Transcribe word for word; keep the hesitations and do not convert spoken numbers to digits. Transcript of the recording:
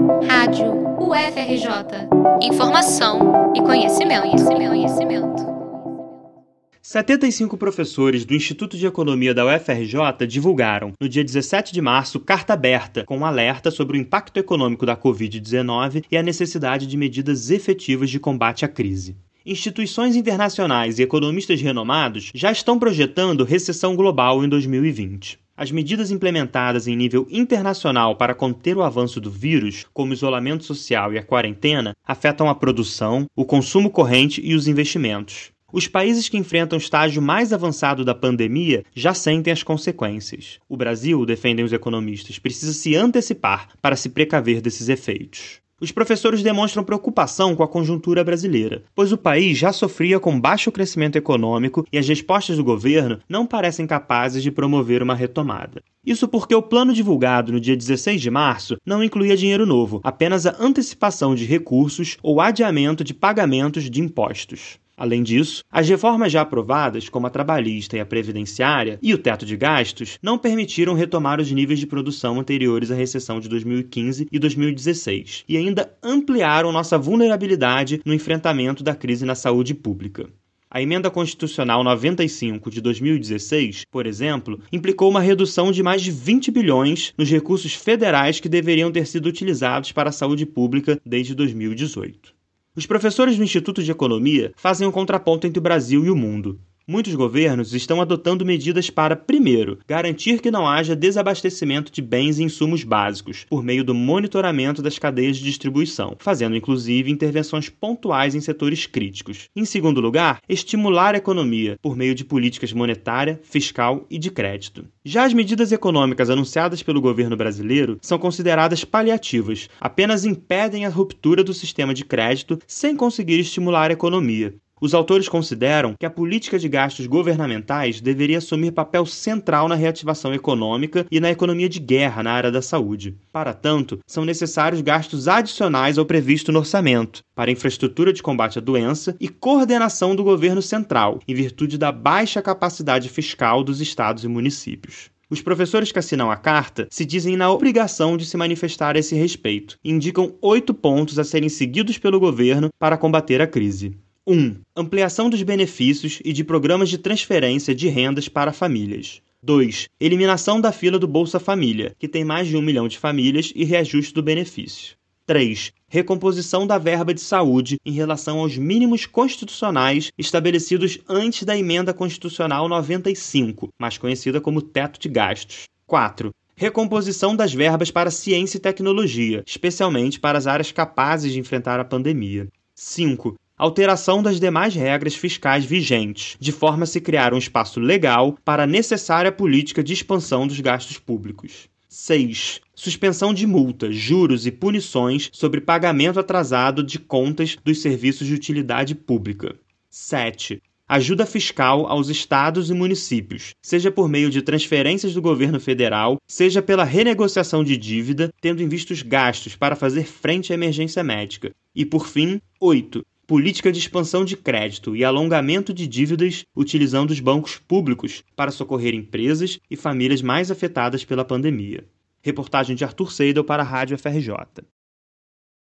Rádio U F R J. Informação e conhecimento, conhecimento, conhecimento. setenta e cinco professores do Instituto de Economia da U F R J divulgaram, no dia dezessete de março, carta aberta com um alerta sobre o impacto econômico da covid dezenove e a necessidade de medidas efetivas de combate à crise. Instituições internacionais e economistas renomados já estão projetando recessão global em dois mil e vinte. As medidas implementadas em nível internacional para conter o avanço do vírus, como o isolamento social e a quarentena, afetam a produção, o consumo corrente e os investimentos. Os países que enfrentam o estágio mais avançado da pandemia já sentem as consequências. O Brasil, defendem os economistas, precisa se antecipar para se precaver desses efeitos. Os professores demonstram preocupação com a conjuntura brasileira, pois o país já sofria com baixo crescimento econômico e as respostas do governo não parecem capazes de promover uma retomada. Isso porque o plano divulgado no dia dezesseis de março não incluía dinheiro novo, apenas a antecipação de recursos ou adiamento de pagamentos de impostos. Além disso, as reformas já aprovadas, como a trabalhista e a previdenciária, e o teto de gastos, não permitiram retomar os níveis de produção anteriores à recessão de dois mil e quinze e dois mil e dezesseis, e ainda ampliaram nossa vulnerabilidade no enfrentamento da crise na saúde pública. A Emenda Constitucional noventa e cinco de dois mil e dezesseis, por exemplo, implicou uma redução de mais de vinte bilhões nos recursos federais que deveriam ter sido utilizados para a saúde pública desde dois mil e dezoito. Os professores do Instituto de Economia fazem um contraponto entre o Brasil e o mundo. Muitos governos estão adotando medidas para, primeiro, garantir que não haja desabastecimento de bens e insumos básicos, por meio do monitoramento das cadeias de distribuição, fazendo inclusive intervenções pontuais em setores críticos. Em segundo lugar, estimular a economia, por meio de políticas monetária, fiscal e de crédito. Já as medidas econômicas anunciadas pelo governo brasileiro são consideradas paliativas, apenas impedem a ruptura do sistema de crédito sem conseguir estimular a economia. Os autores consideram que a política de gastos governamentais deveria assumir papel central na reativação econômica e na economia de guerra na área da saúde. Para tanto, são necessários gastos adicionais ao previsto no orçamento, para infraestrutura de combate à doença e coordenação do governo central, em virtude da baixa capacidade fiscal dos estados e municípios. Os professores que assinam a carta se dizem na obrigação de se manifestar a esse respeito e indicam oito pontos a serem seguidos pelo governo para combater a crise. um. Ampliação dos benefícios e de programas de transferência de rendas para famílias. dois. Eliminação da fila do Bolsa Família, que tem mais de um milhão de famílias, e reajuste do benefício. três. Recomposição da verba de saúde em relação aos mínimos constitucionais estabelecidos antes da Emenda Constitucional noventa e cinco, mais conhecida como teto de gastos. quatro. Recomposição das verbas para ciência e tecnologia, especialmente para as áreas capazes de enfrentar a pandemia. cinco. Alteração das demais regras fiscais vigentes, de forma a se criar um espaço legal para a necessária política de expansão dos gastos públicos. seis. Suspensão de multas, juros e punições sobre pagamento atrasado de contas dos serviços de utilidade pública. sete. Ajuda fiscal aos estados e municípios, seja por meio de transferências do governo federal, seja pela renegociação de dívida, tendo em vista os gastos para fazer frente à emergência médica. E, por fim, oito. Política de expansão de crédito e alongamento de dívidas utilizando os bancos públicos para socorrer empresas e famílias mais afetadas pela pandemia. Reportagem de Arthur Seidel para a Rádio F R J.